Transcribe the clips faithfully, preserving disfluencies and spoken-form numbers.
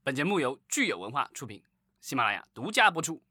本节目由聚友文化出品，喜马拉雅独家播出。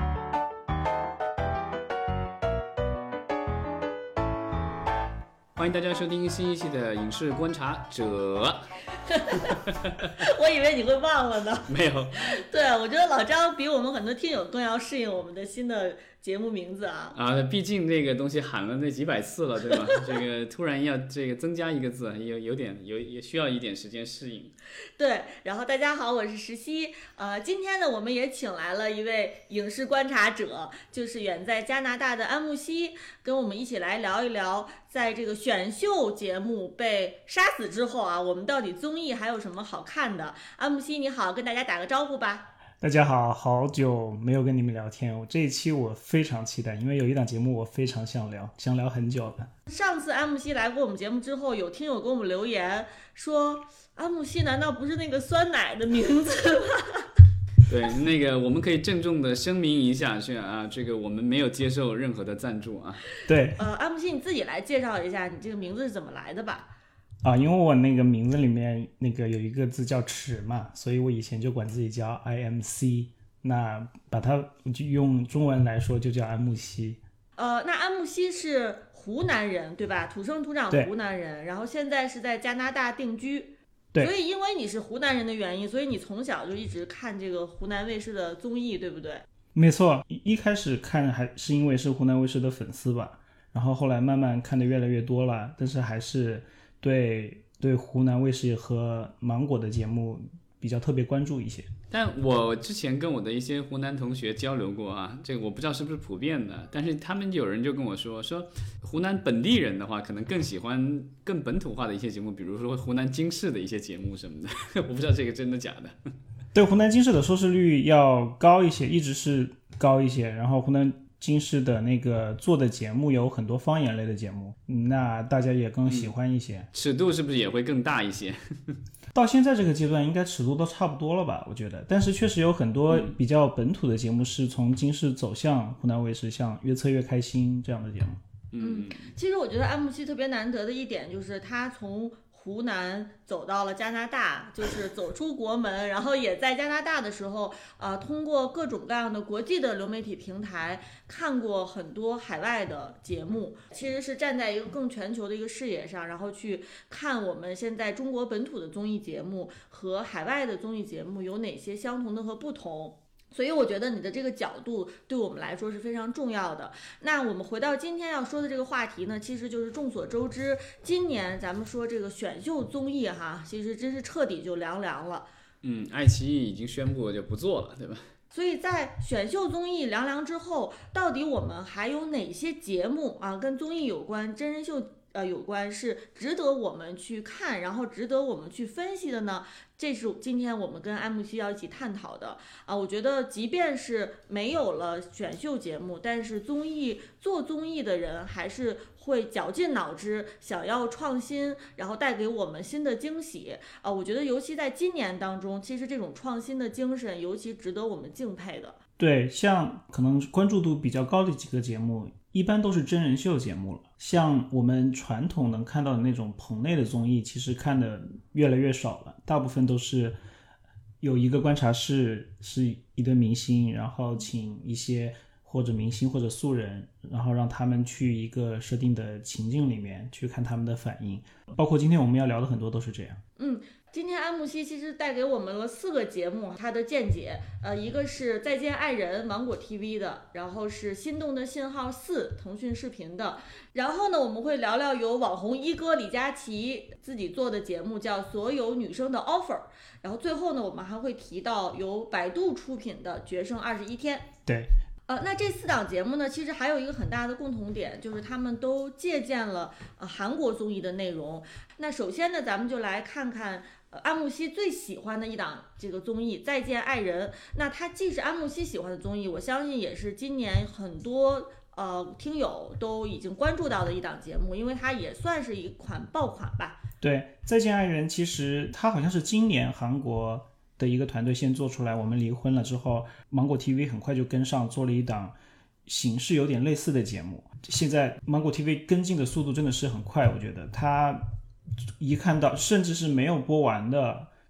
欢迎大家收听新一期的影视观察者。 我以为你会忘了呢。 没有。 对，我觉得老张比我们很多听友更要适应我们的新的节目名字啊。 啊，毕竟那个东西喊了那几百次了，对吧？这个突然要这个增加一个字，有有点有也需要一点时间适应。 对，然后大家好，我是石溪。呃，今天呢，我们也请来了一位影视观察者，就是远在加拿大的安慕希，跟我们一起来聊一聊，在这个选秀节目被杀死之后啊，我们到底综艺还有什么好看的？安慕希你好，跟大家打个招呼吧。 大家好，好久没有跟你们聊天，我这一期我非常期待，因为有一档节目我非常想聊，想聊很久了。 上次安慕希来过我们节目之后，有听友给我们留言说，安慕希难道不是那个酸奶的名字吗？ 对，那个我们可以郑重的声明一下，是啊，这个我们没有接受任何的赞助啊。 对， 呃，安慕希你自己来介绍一下你这个名字是怎么来的吧。 啊，因为我那个名字里面那个有一个字叫齿嘛，所以我以前就管自己叫 I M C， 那把它就用中文来说就叫安慕希。 呃，那安慕希是湖南人对吧？土生土长湖南人，然后现在是在加拿大定居。 对， 所以因为你是湖南人的原因，所以你从小就一直看这个湖南卫视的综艺，对不对？ 没错，一开始看还是因为是湖南卫视的粉丝吧，然后后来慢慢看的越来越多了，但是还是对对湖南卫视和芒果的节目比较特别关注一些。 但我之前跟我的一些湖南同学交流过啊，这个我不知道是不是普遍的，但是他们有人就跟我说，说湖南本地人的话，可能更喜欢更本土化的一些节目，比如说湖南经视的一些节目什么的，我不知道这个真的假的。 对，湖南经视的收视率要高一些，一直是高一些，然后湖南经视的那个做的节目有很多方言类的节目，那大家也更喜欢一些、嗯、 尺度是不是也会更大一些？ 到现在这个阶段应该尺度都差不多了吧，我觉得。但是确实有很多比较本土的节目是从经视走向湖南卫视，像越策越开心这样的节目。 嗯，其实我觉得安慕希特别难得的一点就是他从湖南走到了加拿大，就是走出国门，然后也在加拿大的时候，呃，通过各种各样的国际的流媒体平台看过很多海外的节目，其实是站在一个更全球的一个视野上，然后去看我们现在中国本土的综艺节目和海外的综艺节目有哪些相同的和不同。所以我觉得你的这个角度对我们来说是非常重要的。那我们回到今天要说的这个话题呢，其实就是众所周知，今年咱们说这个选秀综艺哈，其实真是彻底就凉凉了。 嗯，爱奇艺已经宣布就不做了，对吧？ 所以在选秀综艺凉凉之后，到底我们还有哪些节目啊，跟综艺有关、真人秀呃有关，是值得我们去看，然后值得我们去分析的呢？这是今天我们跟安慕希要一起探讨的啊。我觉得即便是没有了选秀节目，但是综艺做综艺的人还是会绞尽脑汁想要创新，然后带给我们新的惊喜啊。我觉得尤其在今年当中，其实这种创新的精神尤其值得我们敬佩的。 对，像可能关注度比较高的几个节目一般都是真人秀节目了，像我们传统能看到的那种棚内的综艺其实看的越来越少了，大部分都是有一个观察室，是一堆明星，然后请一些或者明星或者素人，然后让他们去一个设定的情境里面去看他们的反应，包括今天我们要聊的很多都是这样。 嗯，今天安慕希其实带给我们了四个节目，他的见解，呃，一个是再见爱人芒果 T V 的，然后是心动的信号四腾讯视频的，然后呢我们会聊聊由网红一哥李佳琦自己做的节目叫所有女生的 offer， 然后最后呢我们还会提到由百度出品的决胜二十一天。 对。 呃，那这四档节目呢，其实还有一个很大的共同点，就是他们都借鉴了呃韩国综艺的内容。那首先呢，咱们就来看看呃安慕希最喜欢的一档这个综艺《再见爱人》。那它既是安慕希喜欢的综艺，我相信也是今年很多呃听友都已经关注到的一档节目，因为它也算是一款爆款吧。 对，《再见爱人》其实它好像是今年韩国的一个团队先做出来，我们离婚了之后，芒果 T V 很快就跟上，做了一档形式有点类似的节目。现在芒果 T V 跟进的速度真的是很快，我觉得它一看到甚至是没有播完的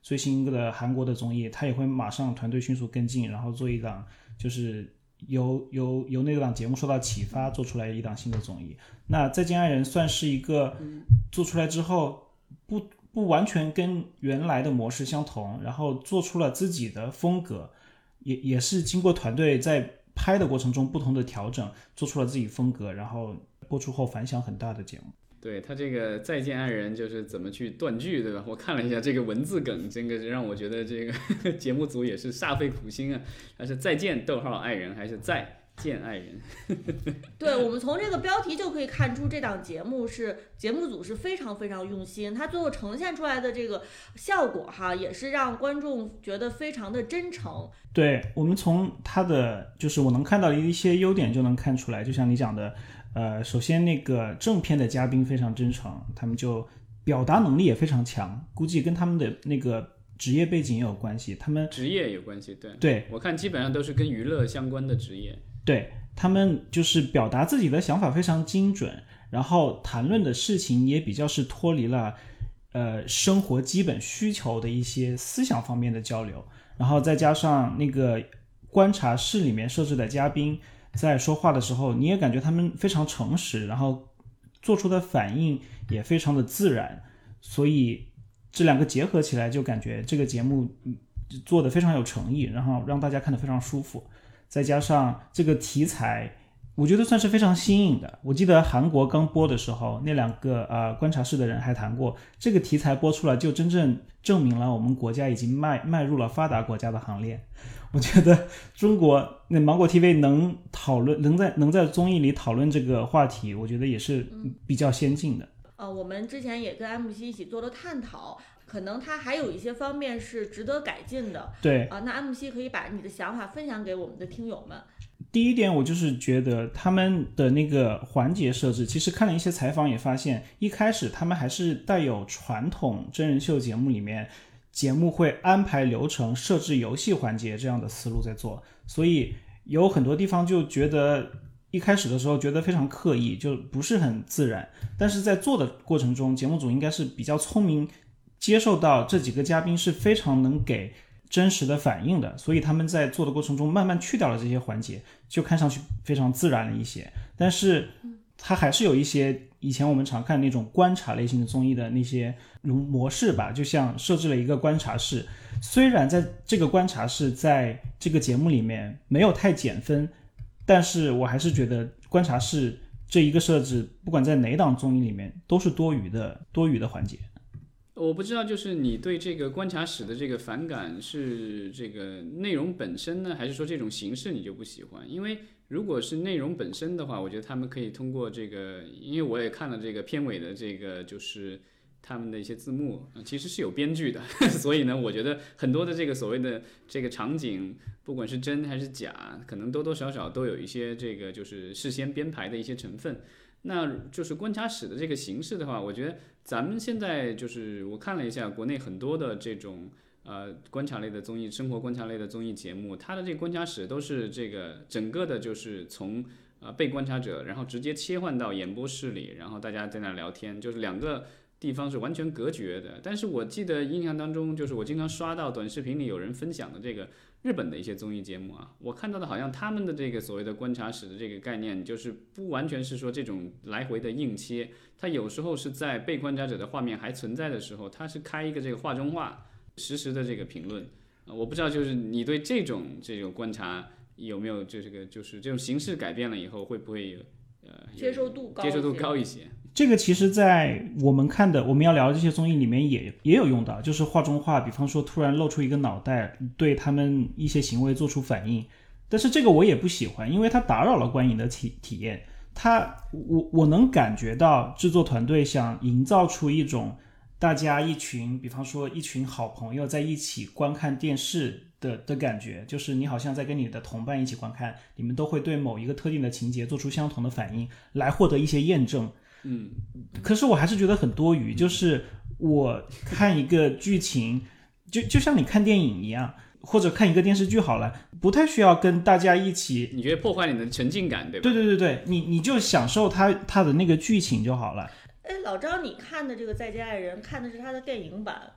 最新的韩国的综艺，他也会马上团队迅速跟进，然后做一档就是由由由那档节目受到启发做出来一档新的综艺。那再见爱人算是一个做出来之后不不完全跟原来的模式相同，然后做出了自己的风格，也也是经过团队在拍的过程中不同的调整，做出了自己风格，然后播出后反响很大的节目。 对，他这个再见爱人就是怎么去断句，对吧？我看了一下这个文字梗，这个让我觉得这个节目组也是煞费苦心啊，还是再见逗号爱人，还是再见爱人？ 对，我们从这个标题就可以看出，这档节目是节目组是非常非常用心，它最后呈现出来的这个效果哈，也是让观众觉得非常的真诚。 对，我们从它的就是我能看到的一些优点就能看出来，就像你讲的。呃，首先那个正片的嘉宾非常真诚，他们就表达能力也非常强，估计跟他们的那个职业背景也有关系。他们职业有关系，对对， 我看基本上都是跟娱乐相关的职业。 对，他们就是表达自己的想法非常精准，然后谈论的事情也比较是脱离了呃生活基本需求的一些思想方面的交流，然后再加上那个观察室里面设置的嘉宾。在说话的时候你也感觉他们非常诚实，然后做出的反应也非常的自然，所以这两个结合起来就感觉这个节目做得非常有诚意，然后让大家看得非常舒服。再加上这个题材我觉得算是非常新颖的，我记得韩国刚播的时候那两个呃观察室的人还谈过，这个题材播出来就真正证明了我们国家已经迈迈入了发达国家的行列。我觉得中国那芒果 T V 能讨论能在能在综艺里讨论这个话题，我觉得也是比较先进的。 嗯、呃，我们之前也跟 M C 一起做了探讨，可能它还有一些方面是值得改进的。 对啊、呃，那 M C 可以把你的想法分享给我们的听友们。 第一点，我就是觉得他们的那个环节设置，其实看了一些采访也发现，一开始他们还是带有传统真人秀节目里面节目会安排流程设置游戏环节这样的思路在做，所以有很多地方就觉得一开始的时候觉得非常刻意，就不是很自然，但是在做的过程中节目组应该是比较聪明，接受到这几个嘉宾是非常能给真实的反应的，所以他们在做的过程中慢慢去掉了这些环节，就看上去非常自然了一些。但是它还是有一些以前我们常看那种观察类型的综艺的那些模式吧，就像设置了一个观察室，虽然在这个观察室在这个节目里面没有太减分，但是我还是觉得观察室这一个设置不管在哪档综艺里面都是多余的多余的环节。 我不知道，就是你对这个观察室的这个反感是这个内容本身呢，还是说这种形式你就不喜欢？因为如果是内容本身的话，我觉得他们可以通过这个，因为我也看了这个片尾的这个，就是他们的一些字幕，其实是有编剧的，所以呢，我觉得很多的这个所谓的这个场景，不管是真还是假，可能多多少少都有一些这个就是事先编排的一些成分。那就是观察室的这个形式的话，我觉得咱们现在就是我看了一下国内很多的这种呃观察类的综艺、生活观察类的综艺节目，它的这个观察室都是这个整个的就是从呃被观察者，然后直接切换到演播室里，然后大家在那聊天，就是两个地方是完全隔绝的。但是我记得印象当中，就是我经常刷到短视频里有人分享的这个日本的一些综艺节目啊，我看到的好像他们的这个所谓的观察室的这个概念，就是不完全是说这种来回的硬切，它有时候是在被观察者的画面还存在的时候，它是开一个这个画中画，实时的这个评论。我不知道就是你对这种这种观察有没有就这个就是这种形式改变了以后会不会有呃接受度高接受度高一些？ 这个其实在我们看的我们要聊的这些综艺里面也也有用到，就是画中画，比方说突然露出一个脑袋对他们一些行为做出反应，但是这个我也不喜欢，因为它打扰了观影的体体验。它我我能感觉到制作团队想营造出一种大家一群比方说一群好朋友在一起观看电视的的感觉，就是你好像在跟你的同伴一起观看，你们都会对某一个特定的情节做出相同的反应来获得一些验证。 嗯， 可是我还是觉得很多余，就是我看一个剧情就就像你看电影一样，或者看一个电视剧好了，不太需要跟大家一起， 你觉得破坏你的沉浸感，对吧？ 对对对对，你你就享受它它的那个剧情就好了。 哎，老张，你看的这个《再见爱人》看的是他的电影版，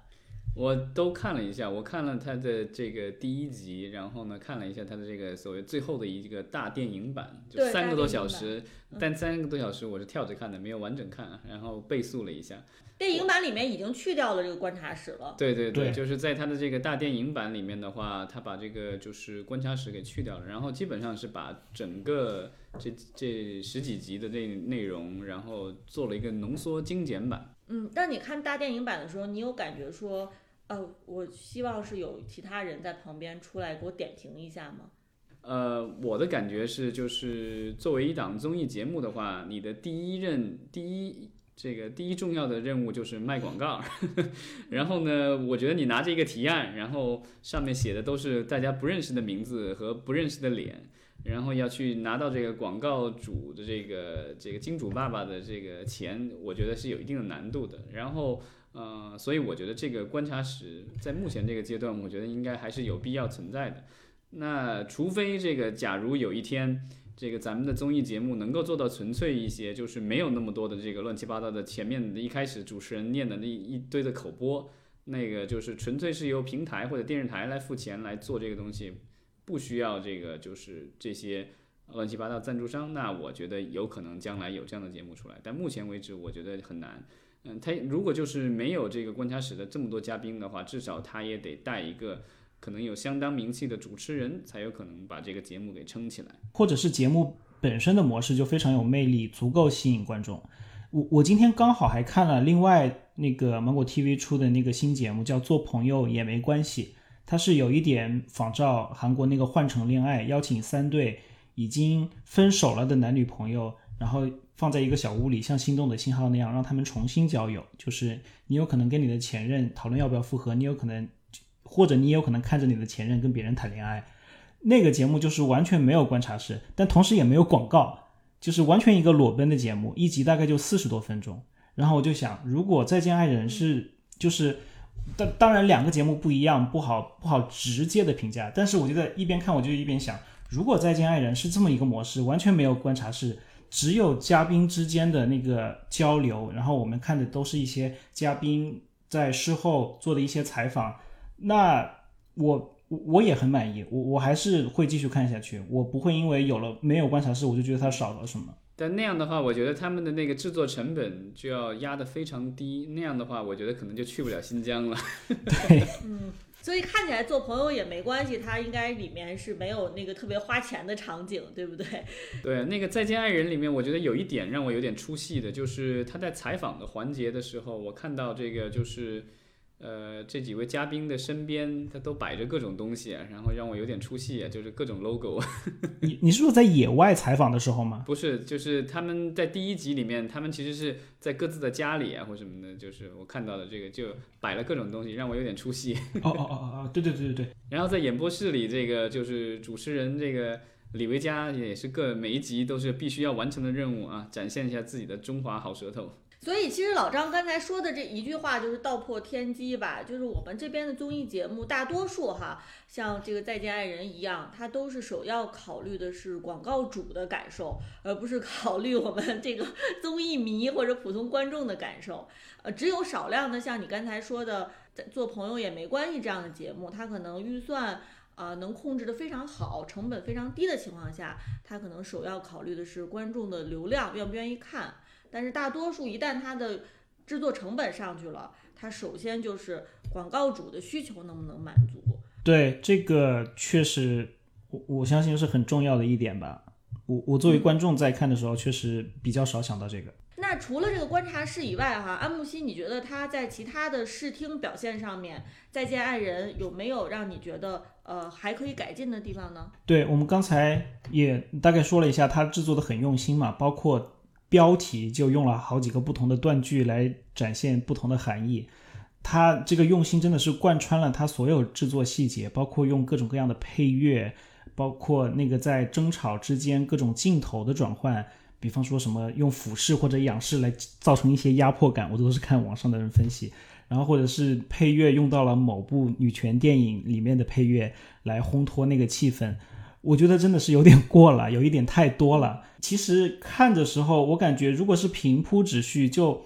我都看了一下，我看了他的这个第一集，然后呢看了一下他的这个所谓最后的一个大电影版，就三个多小时，但三个多小时我是跳着看的，没有完整看，然后倍速了一下。 电影版里面已经去掉了这个观察室了。 对对对， 对就是在他的这个大电影版里面的话，他把这个就是观察室给去掉了，然后基本上是把整个这这十几集的这内容，然后做了一个浓缩精简版。 嗯，但你看大电影版的时候，你有感觉说，呃，我希望是有其他人在旁边出来给我点评一下吗？ 呃，我的感觉是，就是作为一档综艺节目的话，你的第一任第一这个第一重要的任务就是卖广告。然后呢，我觉得你拿着一个提案，然后上面写的都是大家不认识的名字和不认识的脸，然后要去拿到这个广告主的这个这个金主爸爸的这个钱，我觉得是有一定的难度的。然后呃，所以我觉得这个观察室在目前这个阶段，我觉得应该还是有必要存在的。那除非这个，假如有一天，这个咱们的综艺节目能够做到纯粹一些，就是没有那么多的这个乱七八糟的前面的一开始主持人念的那一堆的口播，那个就是纯粹是由平台或者电视台来付钱来做这个东西，不需要这个就是这些乱七八糟赞助商，那我觉得有可能将来有这样的节目出来，但目前为止我觉得很难。嗯，他如果就是没有这个观察室的这么多嘉宾的话，至少他也得带一个可能有相当名气的主持人，才有可能把这个节目给撑起来。 或者是节目本身的模式就非常有魅力，足够吸引观众。我我今天刚好还看了另外那个芒果 T V 出的那个新节目，叫做朋友也没关系，它是有一点仿照韩国那个换乘恋爱，邀请三对已经分手了的男女朋友，然后放在一个小屋里，像心动的信号那样让他们重新交友。就是你有可能跟你的前任讨论要不要复合，你有可能或者你也有可能看着你的前任跟别人谈恋爱。那个节目就是完全没有观察室，但同时也没有广告，就是完全一个裸奔的节目，一集大概就四十多分钟。然后我就想，如果再见爱人是就是当当然两个节目不一样，不好不好直接的评价，但是我觉得一边看我就一边想，如果再见爱人是这么一个模式，完全没有观察室，只有嘉宾之间的那个交流，然后我们看的都是一些嘉宾在事后做的一些采访，那我我也很满意，我我还是会继续看下去，我不会因为有了没有观察室我就觉得它少了什么。 但那样的话，我觉得他们的那个制作成本就要压得非常低，那样的话，我觉得可能就去不了新疆了。 对， 嗯，所以看起来做朋友也没关系，它应该里面是没有那个特别花钱的场景，对不对？ 对，那个《再见爱人》里面，我觉得有一点让我有点出戏的，就是他在采访的环节的时候，我看到这个就是。呃，这几位嘉宾的身边，他都摆着各种东西，然后让我有点出戏，就是各种 logo。 你你是说在野外采访的时候吗？ 不是，就是他们在第一集里面，他们其实是在各自的家里啊，或什么的，就是我看到的这个就摆了各种东西，让我有点出戏。 哦哦哦哦，对对对对对。 然后在演播室里，这个就是主持人这个李维嘉也是各每一集都是必须要完成的任务啊，展现一下自己的中华好舌头。 所以其实老张刚才说的这一句话就是道破天机吧，就是我们这边的综艺节目大多数哈，像这个再见爱人一样，它都是首要考虑的是广告主的感受，而不是考虑我们这个综艺迷或者普通观众的感受。呃，只有少量的像你刚才说的做朋友也没关系这样的节目，它可能预算呃，能控制得非常好，成本非常低的情况下，它可能首要考虑的是观众的流量，愿不愿意看。但是大多数一旦它的制作成本上去了，它首先就是广告主的需求能不能满足。 对，这个确实我我相信是很重要的一点吧。我我作为观众在看的时候，确实比较少想到这个。 那除了这个观察室以外哈，安慕希你觉得他在其他的视听表现上面，再见爱人有没有让你觉得呃还可以改进的地方呢？ 对，我们刚才也大概说了一下，他制作的很用心嘛，包括标题就用了好几个不同的断句来展现不同的含义，他这个用心真的是贯穿了他所有制作细节，包括用各种各样的配乐，包括那个在争吵之间各种镜头的转换，比方说什么用俯视或者仰视来造成一些压迫感，我都是看网上的人分析，然后或者是配乐用到了某部女权电影里面的配乐来烘托那个气氛，我觉得真的是有点过了，有一点太多了。其实看的时候我感觉如果是平铺直叙，就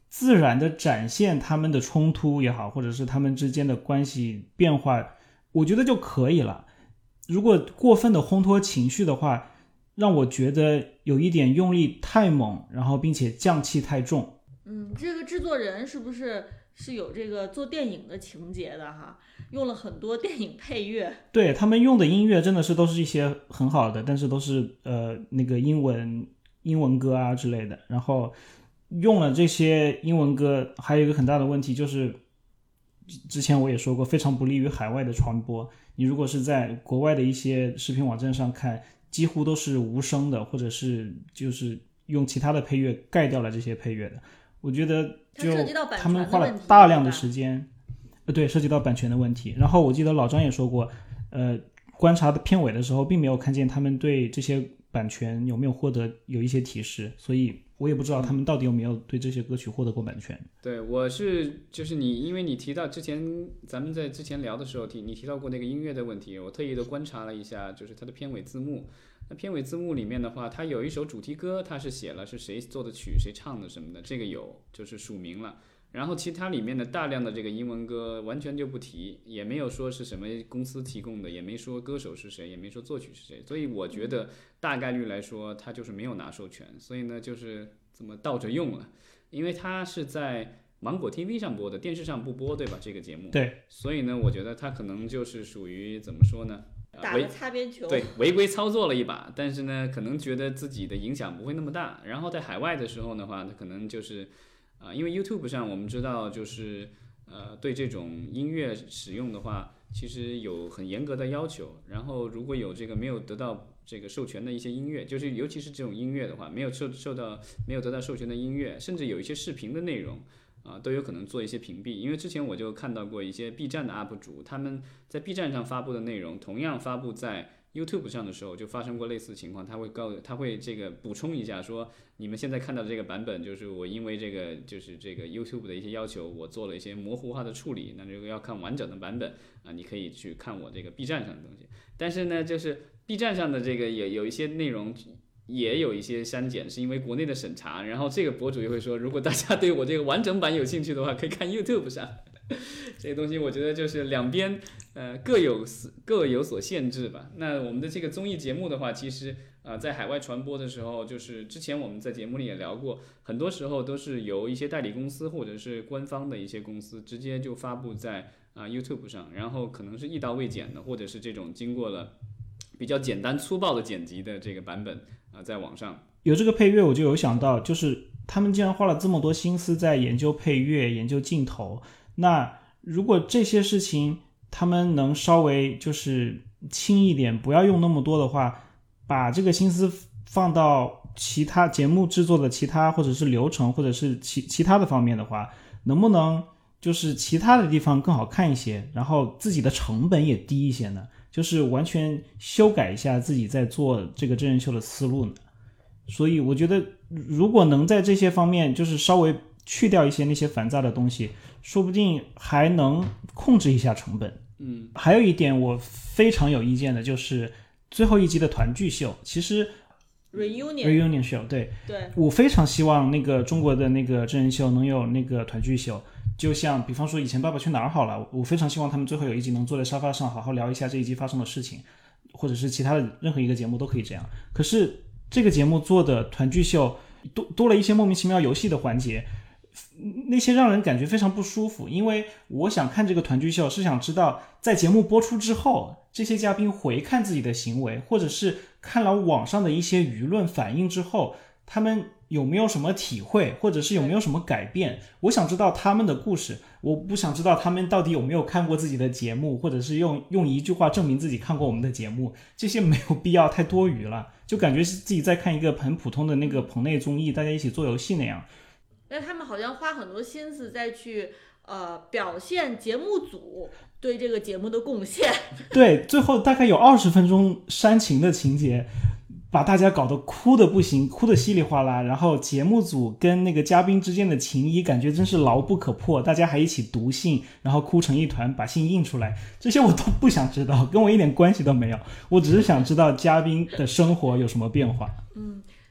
自然的展现他们的冲突也好，或者是他们之间的关系变化，我觉得就可以了。如果过分的烘托情绪的话，让我觉得有一点用力太猛，然后并且降气太重。 嗯，这个制作人是不是是有这个做电影的情节的哈？用了很多电影配乐。 对，他们用的音乐真的是都是一些很好的，但是都是呃那个英文英文歌啊之类的。然后用了这些英文歌，还有一个很大的问题就是，之前我也说过，非常不利于海外的传播。你如果是在国外的一些视频网站上看，几乎都是无声的，或者是就是用其他的配乐盖掉了这些配乐的。我觉得就他们花了大量的时间，呃，对，涉及到版权的问题。然后我记得老张也说过，呃，观察的片尾的时候，并没有看见他们对这些版权有没有获得有一些提示，所以我也不知道他们到底有没有对这些歌曲获得过版权。 对，我是就是你，因为你提到之前咱们在之前聊的时候提你提到过那个音乐的问题，我特意的观察了一下，就是它的片尾字幕。那片尾字幕里面的话，它有一首主题歌，它是写了是谁做的曲、谁唱的什么的，这个有就是署名了。然后其他里面的大量的这个英文歌完全就不提，也没有说是什么公司提供的，也没说歌手是谁，也没说作曲是谁。所以我觉得大概率来说，他就是没有拿授权，所以呢就是这么倒着用了。因为它是在芒果 T V 上播的，电视上不播，对吧？这个节目。 对。 所以呢，我觉得它可能就是属于怎么说呢？ 打个擦边球， 对，违规操作了一把，但是呢，可能觉得自己的影响不会那么大。然后在海外的时候的话，他可能就是啊、呃，因为 YouTube 上我们知道就是呃，对这种音乐使用的话，其实有很严格的要求。然后如果有这个没有得到这个授权的一些音乐，就是尤其是这种音乐的话，没有受受到没有得到授权的音乐，甚至有一些视频的内容。啊，都有可能做一些屏蔽，因为之前我就看到过一些 B 站的 U P 主，他们在 B 站上发布的内容，同样发布在 YouTube 上的时候，就发生过类似的情况。他会告，他会这个补充一下说，你们现在看到的这个版本，就是我因为这个就是这个 YouTube 的一些要求，我做了一些模糊化的处理。那这个要看完整的版本啊，你可以去看我这个 B 站上的东西。但是呢，就是 B 站上的这个也有一些内容。也有一些删减，是因为国内的审查，然后这个博主也会说，如果大家对我这个完整版有兴趣的话，可以看 YouTube 上。这个东西我觉得就是两边呃各有各有所限制吧。那我们的这个综艺节目的话，其实啊、呃、在海外传播的时候，就是之前我们在节目里也聊过，很多时候都是由一些代理公司或者是官方的一些公司直接就发布在啊、呃、YouTube 上，然后可能是一刀未剪的，或者是这种经过了比较简单粗暴的剪辑的这个版本。啊，在网上有这个配乐，我就有想到，就是他们既然花了这么多心思在研究配乐、研究镜头，那如果这些事情他们能稍微就是轻一点，不要用那么多的话，把这个心思放到其他节目制作的其他或者是流程或者是其其他的方面的话，能不能就是其他的地方更好看一些，然后自己的成本也低一些呢？就是完全修改一下自己在做这个真人秀的思路呢。所以我觉得如果能在这些方面就是稍微去掉一些那些繁杂的东西，说不定还能控制一下成本。 嗯， 还有一点我非常有意见的就是最后一集的团聚秀，其实 reunion reunion show 对对， 我非常希望那个中国的那个真人秀能有那个团聚秀。就像比方说以前爸爸去哪儿好了，我非常希望他们最后有一集能坐在沙发上好好聊一下这一集发生的事情，或者是其他的任何一个节目都可以这样。可是这个节目做的团聚秀多多了一些莫名其妙游戏的环节，那些让人感觉非常不舒服。因为我想看这个团聚秀是想知道在节目播出之后，这些嘉宾回看自己的行为，或者是看了网上的一些舆论反应之后，他们有没有什么体会，或者是有没有什么改变。我想知道他们的故事，我不想知道他们到底有没有看过自己的节目，或者是用用一句话证明自己看过我们的节目，这些没有必要，太多余了，就感觉是自己在看一个很普通的那个棚内综艺，大家一起做游戏那样。 但他们好像花很多心思再去呃表现节目组对这个节目的贡献。 对，最后大概有二十分钟煽情的情节，把大家搞得哭得不行，哭得稀里哗啦，然后节目组跟那个嘉宾之间的情谊感觉真是牢不可破，大家还一起读信，然后哭成一团，把信印出来，这些我都不想知道，跟我一点关系都没有，我只是想知道嘉宾的生活有什么变化。 嗯，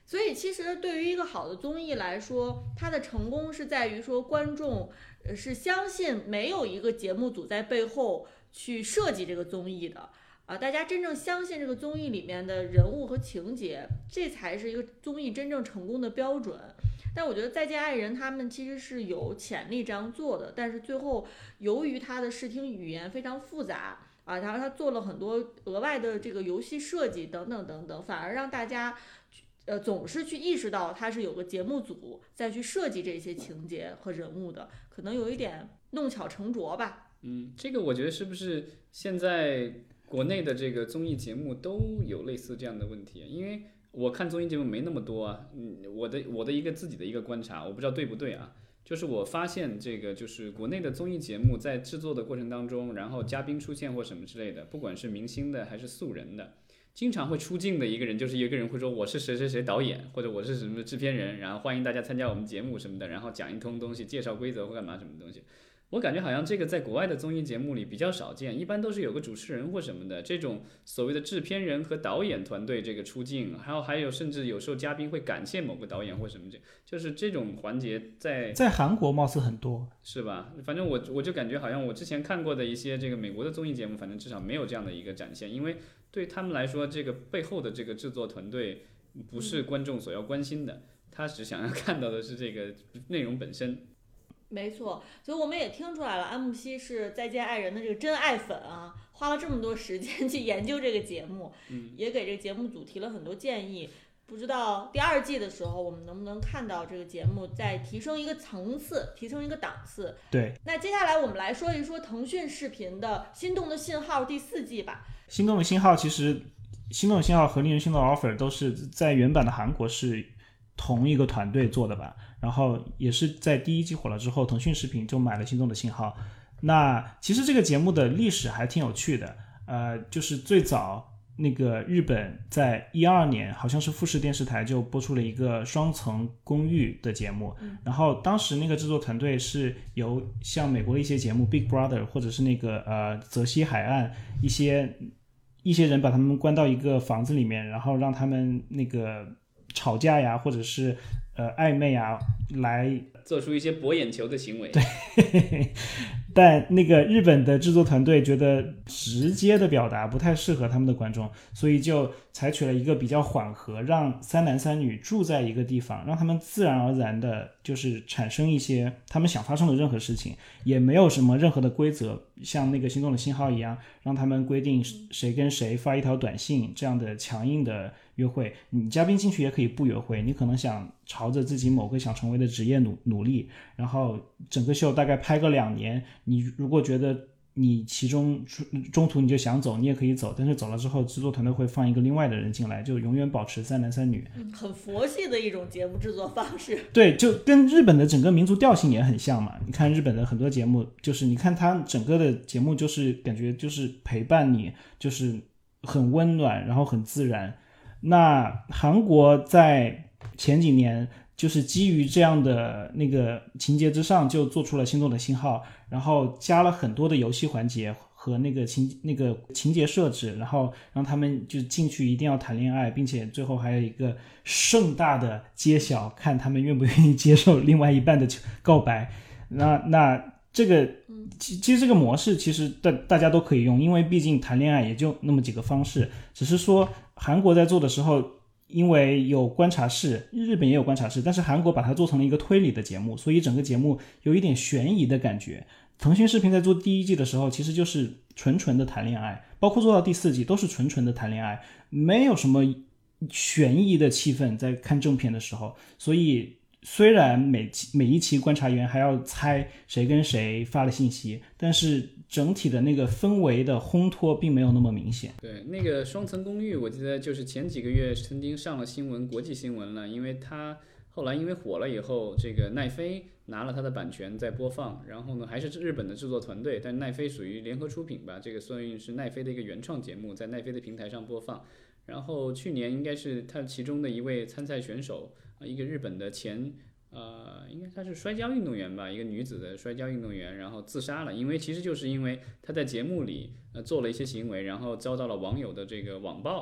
所以其实对于一个好的综艺来说，它的成功是在于说观众呃是相信没有一个节目组在背后去设计这个综艺的啊，大家真正相信这个综艺里面的人物和情节，这才是一个综艺真正成功的标准。但我觉得《再见爱人》他们其实是有潜力这样做的，但是最后由于他的视听语言非常复杂啊，然后他做了很多额外的这个游戏设计等等等等，反而让大家呃总是去意识到他是有个节目组再去设计这些情节和人物的，可能有一点弄巧成拙吧。 嗯，这个我觉得是不是现在国内的这个综艺节目都有类似这样的问题？因为我看综艺节目没那么多啊，嗯，我的我的一个自己的一个观察，我不知道对不对啊，就是我发现这个就是国内的综艺节目在制作的过程当中，然后嘉宾出现或什么之类的，不管是明星的还是素人的，经常会出镜的一个人就是一个人会说我是谁谁谁导演，或者我是什么制片人，然后欢迎大家参加我们节目什么的，然后讲一通东西，介绍规则或干嘛什么东西。我感觉好像这个在国外的综艺节目里比较少见，一般都是有个主持人或什么的，这种所谓的制片人和导演团队这个出镜，还有还有甚至有时候嘉宾会感谢某个导演或什么这，就是这种环节在在韩国貌似很多， 是吧？反正我我就感觉好像我之前看过的一些这个美国的综艺节目，反正至少没有这样的一个展现，因为对他们来说，这个背后的这个制作团队不是观众所要关心的，他只想要看到的是这个内容本身。 没错，所以我们也听出来了，安慕希是再见爱人的这个真爱粉啊，花了这么多时间去研究这个节目， 嗯， 也给这个节目组提了很多建议。不知道第二季的时候，我们能不能看到这个节目再提升一个层次，提升一个档次？ 对。 那接下来我们来说一说腾讯视频的《心动的信号》第四季吧。 心动的信号其实，心动的信号和令人心动的 offer 都是在原版的韩国是同一个团队做的吧，然后也是在第一季火了之后，腾讯视频就买了心动的信号。那其实这个节目的历史还挺有趣的，呃，就是最早那个日本在一二年好像是富士电视台就播出了一个双层公寓的节目，然后当时那个制作团队是由像美国的一些节目 Big Brother 或者是那个呃泽西海岸一些一些人把他们关到一个房子里面，然后让他们那个吵架呀，或者是呃暧昧啊，来做出一些博眼球的行为。 对，但那个日本的制作团队觉得直接的表达不太适合他们的观众，所以就采取了一个比较缓和，让三男三女住在一个地方，让他们自然而然的就是产生一些他们想发生的任何事情，也没有什么任何的规则，像那个心动的信号一样，让他们规定谁跟谁发一条短信这样的强硬的约会。你嘉宾进去也可以不约会，你可能想朝着自己某个想成为的职业努努力，然后整个秀大概拍个两年，你如果觉得你其中中途你就想走，你也可以走，但是走了之后制作团队会放一个另外的人进来，就永远保持三男三女。 嗯，很佛系的一种节目制作方式。 对，就跟日本的整个民族调性也很像嘛。你看日本的很多节目，就是你看它整个的节目就是感觉就是陪伴你，就是很温暖，然后很自然。那韩国在前几年就是基于这样的那个情节之上，就做出了心动的信号，然后加了很多的游戏环节和那个情那个情节设置，然后让他们就进去一定要谈恋爱，并且最后还有一个盛大的揭晓，看他们愿不愿意接受另外一半的告白。那那这个其其实这个模式其实大大家都可以用，因为毕竟谈恋爱也就那么几个方式，只是说韩国在做的时候，因为有观察室，日本也有观察室，但是韩国把它做成了一个推理的节目，所以整个节目有一点悬疑的感觉。腾讯视频在做第一季的时候，其实就是纯纯的谈恋爱，包括做到第四季都是纯纯的谈恋爱，没有什么悬疑的气氛在看正片的时候。所以虽然每期每一期观察员还要猜谁跟谁发了信息，但是整体的那个氛围的烘托并没有那么明显。 对，那个双层公寓我记得就是前几个月曾经上了新闻，国际新闻了，因为它后来因为火了以后，这个奈飞拿了它的版权在播放，然后呢还是日本的制作团队，但奈飞属于联合出品吧，这个算是奈飞的一个原创节目，在奈飞的平台上播放。然后去年应该是他其中的一位参赛选手，一个日本的前呃，应该她是摔跤运动员吧，一个女子的摔跤运动员，然后自杀了，因为其实就是因为她在节目里呃做了一些行为，然后遭到了网友的这个网暴，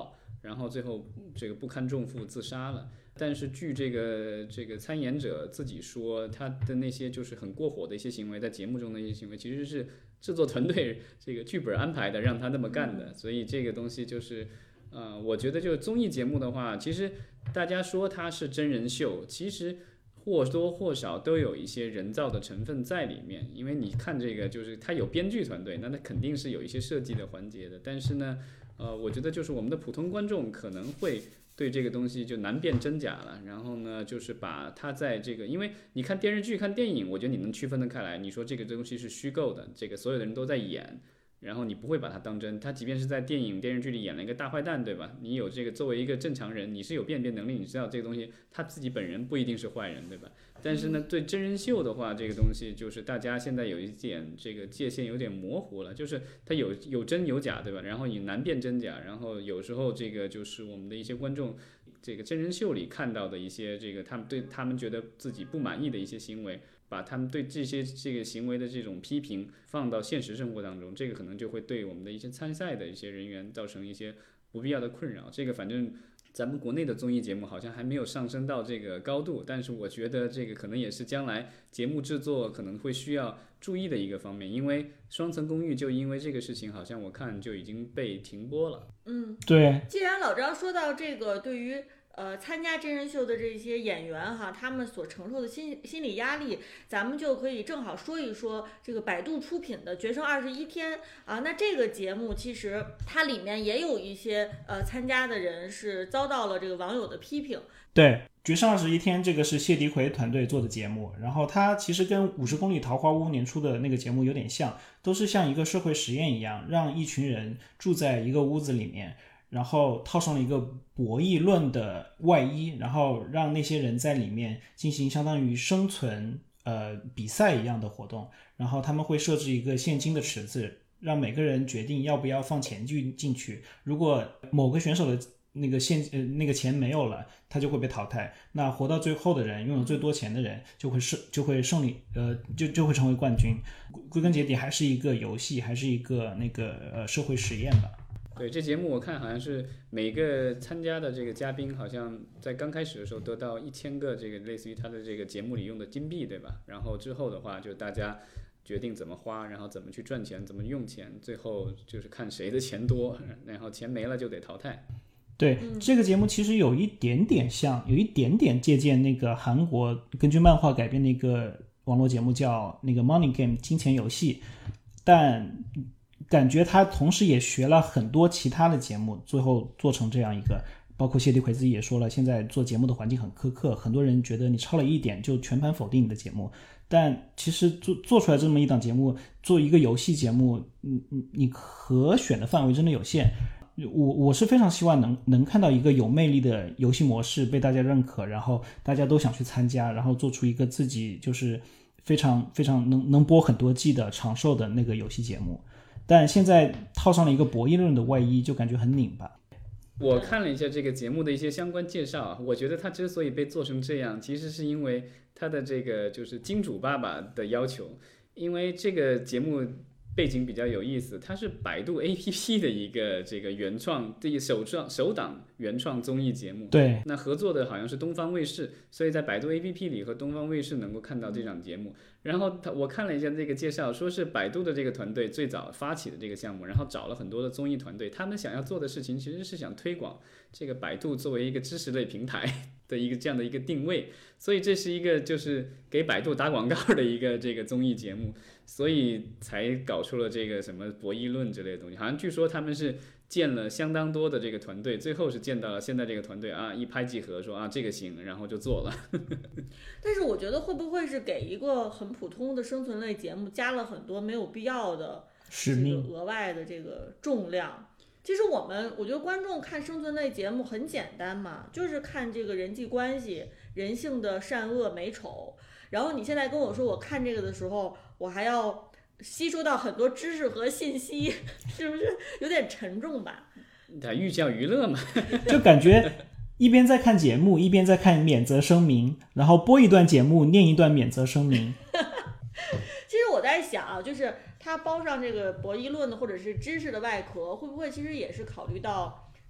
然后最后这个不堪重负自杀了。但是据这个这个参演者自己说，他的那些就是很过火的一些行为，在节目中的一些行为，其实是制作团队这个剧本安排的，让他那么干的。所以这个东西就是，呃，我觉得就是综艺节目的话，其实大家说它是真人秀，其实或多或少都有一些人造的成分在里面。因为你看这个，就是它有编剧团队，那它肯定是有一些设计的环节的。但是呢，呃，我觉得就是我们的普通观众可能会对这个东西就难辨真假了，然后呢，就是把它在这个，因为你看电视剧、看电影，我觉得你能区分得开来。你说这个东西是虚构的，这个所有的人都在演，然后你不会把它当真。他即便是在电影、电视剧里演了一个大坏蛋，对吧？你有这个作为一个正常人，你是有辨别能力，你知道这个东西他自己本人不一定是坏人，对吧？但是呢，对真人秀的话，这个东西就是大家现在有一点这个界限有点模糊了，就是它有有真有假，对吧？然后你难辨真假，然后有时候这个就是我们的一些观众，这个真人秀里看到的一些这个他们对他们觉得自己不满意的一些行为，把他们对这些这个行为的这种批评放到现实生活当中，这个可能就会对我们的一些参赛的一些人员造成一些不必要的困扰。这个反正咱们国内的综艺节目好像还没有上升到这个高度，但是我觉得这个可能也是将来节目制作可能会需要注意的一个方面。因为双层公寓就因为这个事情，好像我看就已经被停播了。 嗯， 对。 既然老张说到这个，对于呃，参加真人秀的这些演员哈，他们所承受的心心理压力，咱们就可以正好说一说这个百度出品的《决胜二十一天》啊。那这个节目其实它里面也有一些呃参加的人是遭到了这个网友的批评。 对，《决胜二十一天》这个是谢迪奎团队做的节目，然后它其实跟五十公里桃花坞年初的那个节目有点像，都是像一个社会实验一样，让一群人住在一个屋子里面，然后套上了一个博弈论的外衣，然后让那些人在里面进行相当于生存呃比赛一样的活动，然后他们会设置一个现金的池子，让每个人决定要不要放钱进去。如果某个选手的那个现呃那个钱没有了，他就会被淘汰。那活到最后的人，拥有最多钱的人就会胜就会胜利，呃就就会成为冠军。归根结底还是一个游戏，还是一个那个呃社会实验吧。 对，这节目我看好像是每个参加的这个嘉宾好像在刚开始的时候得到一千个这个类似于他的这个节目里用的金币，对吧？然后之后的话就大家决定怎么花，然后怎么去赚钱，怎么用钱，最后就是看谁的钱多，然后钱没了就得淘汰。 对，这个节目其实有一点点像，有一点点借鉴那个韩国根据漫画改编的一个网络节目叫那个 Money Game 金钱游戏，但感觉他同时也学了很多其他的节目，最后做成这样一个，包括谢迪奎自己也说了，现在做节目的环境很苛刻，很多人觉得你超了一点就全盘否定你的节目，但其实做做出来这么一档节目，做一个游戏节目，你你你可选的范围真的有限。我我是非常希望能能看到一个有魅力的游戏模式被大家认可，然后大家都想去参加，然后做出一个自己就是非常非常能能播很多季的长寿的那个游戏节目。但现在套上了一个博弈论的外衣，就感觉很拧巴。 我看了一下这个节目的一些相关介绍，我觉得它之所以被做成这样，其实是因为它的这个就是金主爸爸的要求。因为这个节目背景比较有意思，它是百度 A P P 的一个这个原创第首创首档原创综艺节目。 对， 那合作的好像是东方卫视，所以在百度 A P P 里和东方卫视能够看到这档节目。然后他我看了一下这个介绍，说是百度的这个团队最早发起的这个项目，然后找了很多的综艺团队，他们想要做的事情其实是想推广这个百度作为一个知识类平台的一个这样的一个定位，所以这是一个就是给百度打广告的一个这个综艺节目，所以才搞出了这个什么博弈论之类的东西。好像据说他们是建了相当多的这个团队，最后是建到了现在这个团队啊，一拍即合，说啊这个行，然后就做了。 但是我觉得会不会是给一个很普通的生存类节目加了很多没有必要的使命、 额外的这个重量？其实我们我觉得观众看生存类节目很简单嘛，就是看这个人际关系、人性的善恶美丑。然后你现在跟我说我看这个的时候，我还要吸收到很多知识和信息，是不是有点沉重吧？ 寓教于乐嘛， 就感觉一边在看节目，一边在看免责声明，然后播一段节目，念一段免责声明。 其实我在想啊，就是它包上这个博弈论的或者是知识的外壳，会不会其实也是考虑到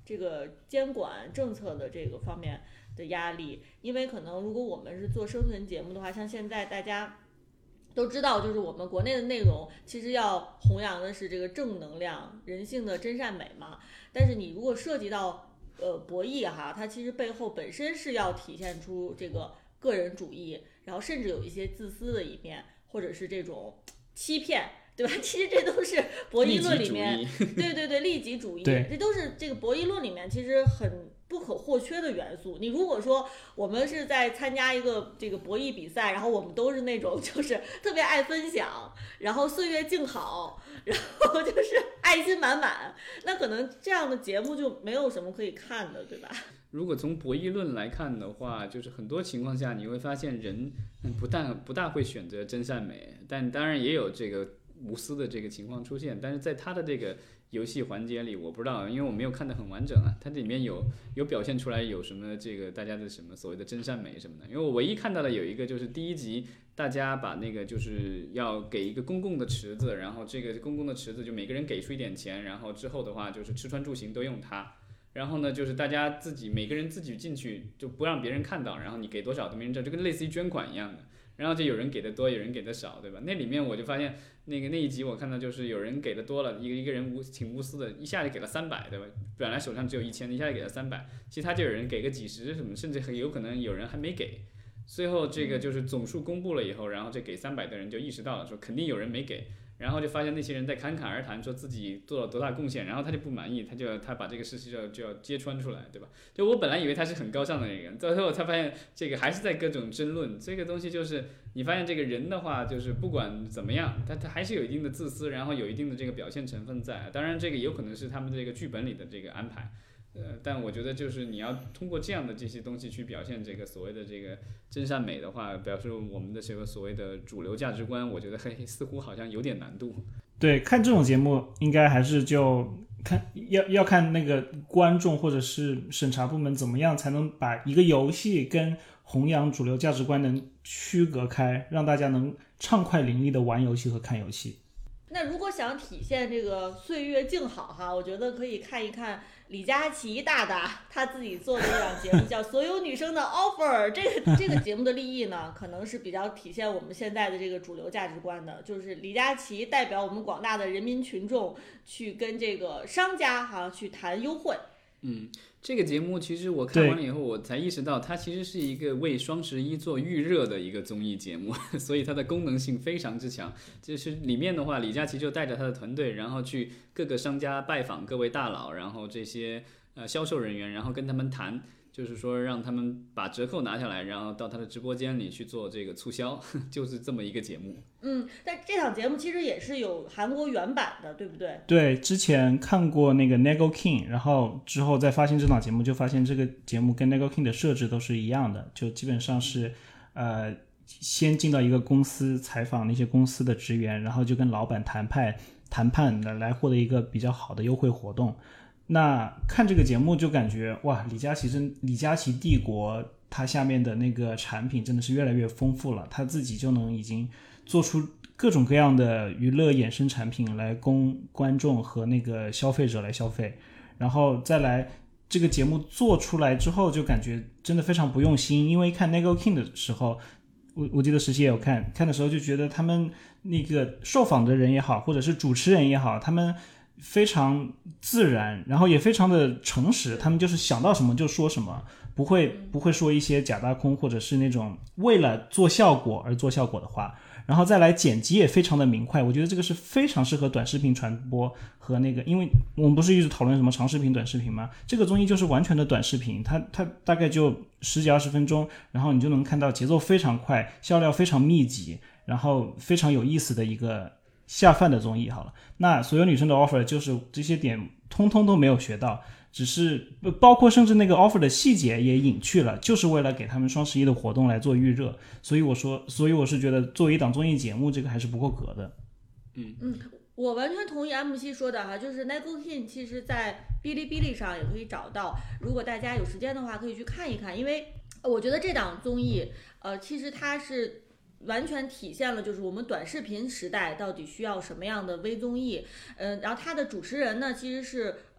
这个监管政策的这个方面的压力，因为可能如果我们是做生存节目的话，像现在大家都知道，就是我们国内的内容其实要弘扬的是这个正能量、人性的真善美嘛。但是你如果涉及到呃博弈哈，它其实背后本身是要体现出这个个人主义，然后甚至有一些自私的一面，或者是这种欺骗。对吧？其实这都是博弈论里面，对对对，利己主义，这都是这个博弈论里面其实很不可或缺的元素。你如果说我们是在参加一个这个博弈比赛，然后我们都是那种就是特别爱分享，然后岁月静好，然后就是爱心满满，那可能这样的节目就没有什么可以看的，对吧？ 如果从博弈论来看的话，就是很多情况下你会发现人不但不大会选择真善美，但当然也有这个无私的这个情况出现，但是在他的这个游戏环节里，我不知道，因为我没有看得很完整啊，它里面有有表现出来有什么这个大家的什么所谓的真善美什么的。因为我唯一看到的有一个就是第一集，大家把那个就是要给一个公共的池子，然后这个公共的池子就每个人给出一点钱，然后之后的话就是吃穿住行都用它。然后呢，就是大家自己每个人自己进去，就不让别人看到，然后你给多少都没人知道，就跟类似于捐款一样的。然后就有人给的多，有人给的少，对吧？那里面我就发现，那个那一集我看到就是有人给的多了，一个一个人无挺无私的，一下就给了三百，对吧？本来手上只有一千，一下就给了三百，其他就有人给个几十什么，甚至很有可能有人还没给。最后这个就是总数公布了以后，然后这给三百的人就意识到了，说肯定有人没给。然后就发现那些人在侃侃而谈，说自己做了多大贡献，然后他就不满意，他就他把这个事实就要就要揭穿出来，对吧？就我本来以为他是很高尚的一个人，最后他发现这个还是在各种争论。这个东西就是你发现这个人的话，就是不管怎么样，他他还是有一定的自私，然后有一定的这个表现成分在。当然，这个有可能是他们这个剧本里的这个安排。呃，但我觉得就是你要通过这样的这些东西去表现这个所谓的这个真善美的话，表示我们的这个所谓的主流价值观，我觉得嘿似乎好像有点难度。 对，看这种节目应该还是就看要要看那个观众或者是审查部门怎么样才能把一个游戏跟弘扬主流价值观能区隔开，让大家能畅快淋漓的玩游戏和看游戏。 那如果想体现这个岁月静好哈，我觉得可以看一看李佳琦大大他自己做的一档节目，叫《所有女生的 offer》。这个这个节目的立意呢，可能是比较体现我们现在的这个主流价值观的，就是李佳琦代表我们广大的人民群众去跟这个商家哈去谈优惠。 嗯，这个节目其实我看完了以后，我才意识到它其实是一个为双十一做预热的一个综艺节目，所以它的功能性非常之强。就是里面的话，李佳琦就带着他的团队，然后去各个商家拜访各位大佬，然后这些呃销售人员，然后跟他们谈，就是说让他们把折扣拿下来，然后到他的直播间里去做这个促销，就是这么一个节目。 嗯，但这档节目其实也是有韩国原版的，对不对？ 对，之前看过那个 Nego King， 然后之后再发现这档节目，就发现这个节目跟 Nego King 的设置都是一样的，就基本上是呃先进到一个公司采访那些公司的职员，然后就跟老板谈判谈判来获得一个比较好的优惠活动。那看这个节目就感觉哇，李佳琦真李佳琦帝国，他下面的那个产品真的是越来越丰富了，他自己就能已经做出各种各样的娱乐衍生产品来供观众和那个消费者来消费，然后再来这个节目做出来之后就感觉真的非常不用心。因为看 Nego King 的时候，我我记得实习也有看看的时候，就觉得他们那个受访的人也好，或者是主持人也好，他们非常自然，然后也非常的诚实，他们就是想到什么就说什么，不会不会说一些假大空或者是那种为了做效果而做效果的话。然后再来剪辑也非常的明快，我觉得这个是非常适合短视频传播和那个，因为我们不是一直讨论什么长视频短视频吗？这个综艺就是完全的短视频，它它大概就十几二十分钟，然后你就能看到节奏非常快，笑料非常密集，然后非常有意思的一个下饭的综艺。好了，那所有女生的 offer 就是这些点通通都没有学到，只是包括甚至那个 offer 的细节也隐去了，就是为了给他们双十一的活动来做预热。所以我说，所以我是觉得作为一档综艺节目，这个还是不够格的。 嗯嗯，我完全同意 M C 说的哈，就是 Nego King 其实在哔哩哔哩上也可以找到，如果大家有时间的话可以去看一看，因为我觉得这档综艺呃其实它是完全体现了就是我们短视频时代到底需要什么样的微综艺。嗯、呃，然后它的主持人呢其实是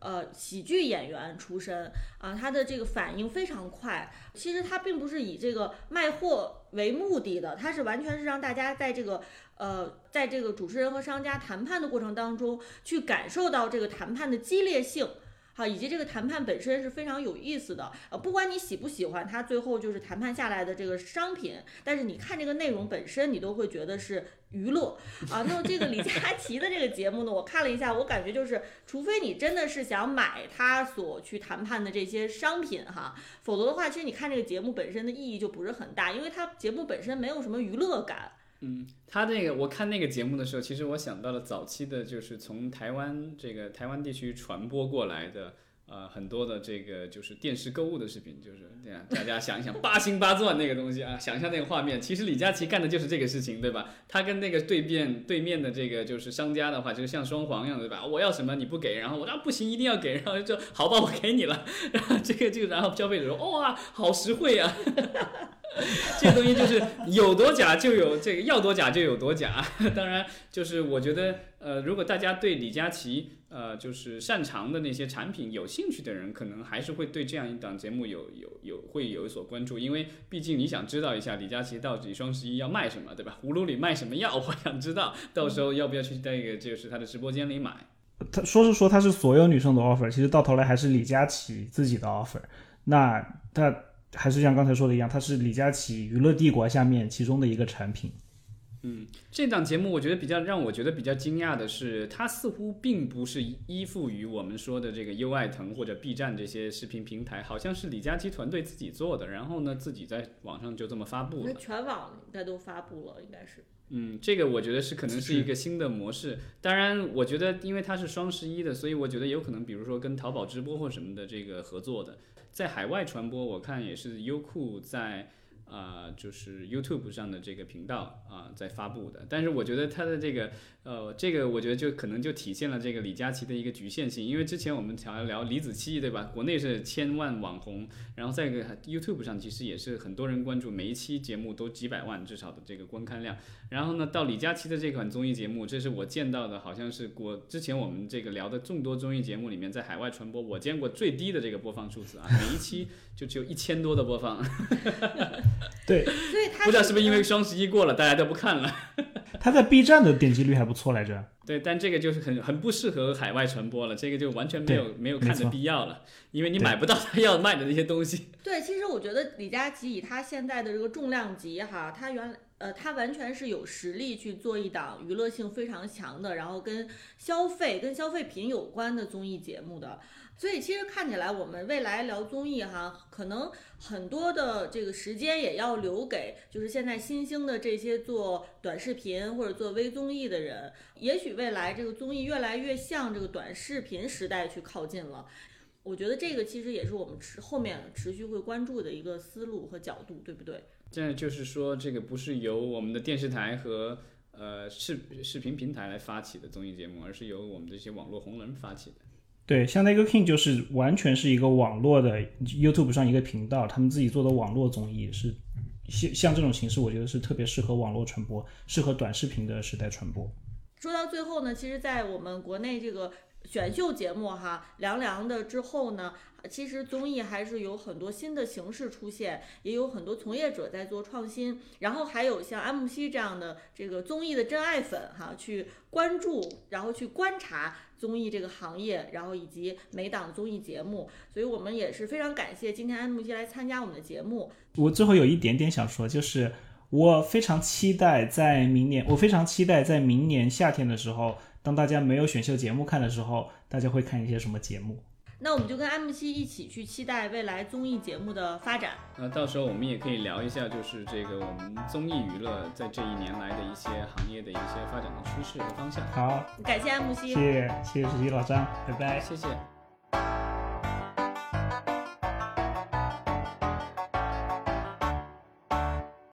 呃喜剧演员出身啊，他的这个反应非常快。其实他并不是以这个卖货为目的的，他是完全是让大家在这个呃在这个主持人和商家谈判的过程当中去感受到这个谈判的激烈性。好，以及这个谈判本身是非常有意思的，呃，不管你喜不喜欢它最后就是谈判下来的这个商品，但是你看这个内容本身，你都会觉得是娱乐啊。那么这个李佳琦的这个节目呢，我看了一下，我感觉就是，除非你真的是想买他所去谈判的这些商品哈，否则的话，其实你看这个节目本身的意义就不是很大，因为它节目本身没有什么娱乐感。 嗯，他那个我看那个节目的时候，其实我想到了早期的，就是从台湾这个台湾地区传播过来的，呃，很多的这个就是电视购物的视频，就是这样，大家想一想八星八钻那个东西啊，想象那个画面，其实李佳琦干的就是这个事情，对吧？他跟那个对面对面的这个就是商家的话，就是像双簧一样，对吧？我要什么你不给，然后我说不行，一定要给，然后就好吧，我给你了，然后这个这个，然后消费者说哇，好实惠啊。这个东西就是有多假就有这个，要多假就有多假。当然，就是我觉得，呃，如果大家对李佳琦呃就是擅长的那些产品有兴趣的人，可能还是会对这样一档节目有有有会有所关注，因为毕竟你想知道一下李佳琦到底双十一要卖什么，对吧？葫芦里卖什么药，我想知道，到时候要不要去那个就是他的直播间里买。 他说是说他是所有女生的 offer， 其实到头来还是李佳琦自己的 offer。那他。还是像刚才说的一样，它是李佳琦娱乐帝国下面其中的一个产品。 嗯，这档节目我觉得比较让我觉得比较惊讶的是，它似乎并不是依附于我们说的这个优爱腾或者 B 站这些视频平台，好像是李佳琦团队自己做的，然后呢自己在网上就这么发布了。 全网应该都发布了，应该是。 嗯，这个我觉得是可能是一个新的模式。当然，我觉得因为它是双十一的，所以我觉得有可能，比如说跟淘宝直播或什么的这个合作的，在海外传播，我看也是优酷在啊、呃，就是 YouTube 上的这个频道啊、呃、在发布的。但是我觉得它的这个呃，这个我觉得就可能就体现了这个李佳琦的一个局限性，因为之前我们常聊李子柒，对吧？国内是千万网红，然后在 YouTube 上其实也是很多人关注，每一期节目都几百万至少的这个观看量。然后呢，到李佳琦的这款综艺节目，这是我见到的，好像是国之前我们这个聊的众多综艺节目里面，在海外传播我见过最低的这个播放数字啊，每一期就只有一千多的播放。 对， 所以他不知道是不是因为双十一过了，大家都不看了。 他在 B 站的点击率还不错来着。 对，但这个就是很很不适合海外传播了，这个就完全没有没有看的必要了，因为你买不到他要卖的那些东西。 对，其实我觉得李佳琦以他现在的这个重量级哈，他原呃他完全是有实力去做一档娱乐性非常强的，然后跟消费跟消费品有关的综艺节目的。所以其实看起来我们未来聊综艺哈，可能很多的这个时间也要留给就是现在新兴的这些做短视频或者做微综艺的人。也许未来这个综艺越来越向这个短视频时代去靠近了。我觉得这个其实也是我们持后面持续会关注的一个思路和角度，对不对？ 这就是说，这个不是由我们的电视台和呃视视频平台来发起的综艺节目，而是由我们这些网络红人发起的。 对，像那个 King 就是完全是一个网络的 YouTube 上一个频道，他们自己做的网络综艺是像这种形式，我觉得是特别适合网络传播，适合短视频的时代传播。 说到最后呢，其实在我们国内这个选秀节目哈凉凉的之后呢，其实综艺还是有很多新的形式出现，也有很多从业者在做创新，然后还有像安慕希这样的这个综艺的真爱粉哈，去关注，然后去观察综艺这个行业，然后以及每档综艺节目，所以我们也是非常感谢今天安慕希来参加我们的节目。 我最后有一点点想说，就是我非常期待在明年，我非常期待在明年夏天的时候，当大家没有选秀节目看的时候，大家会看一些什么节目。 那我们就跟安慕希一起去期待未来综艺节目的发展。 那到时候我们也可以聊一下，就是这个我们综艺娱乐在这一年来的一些行业的一些发展的趋势和方向。 好， 感谢安慕希， 谢谢谢谢实习老张，拜拜， 谢谢。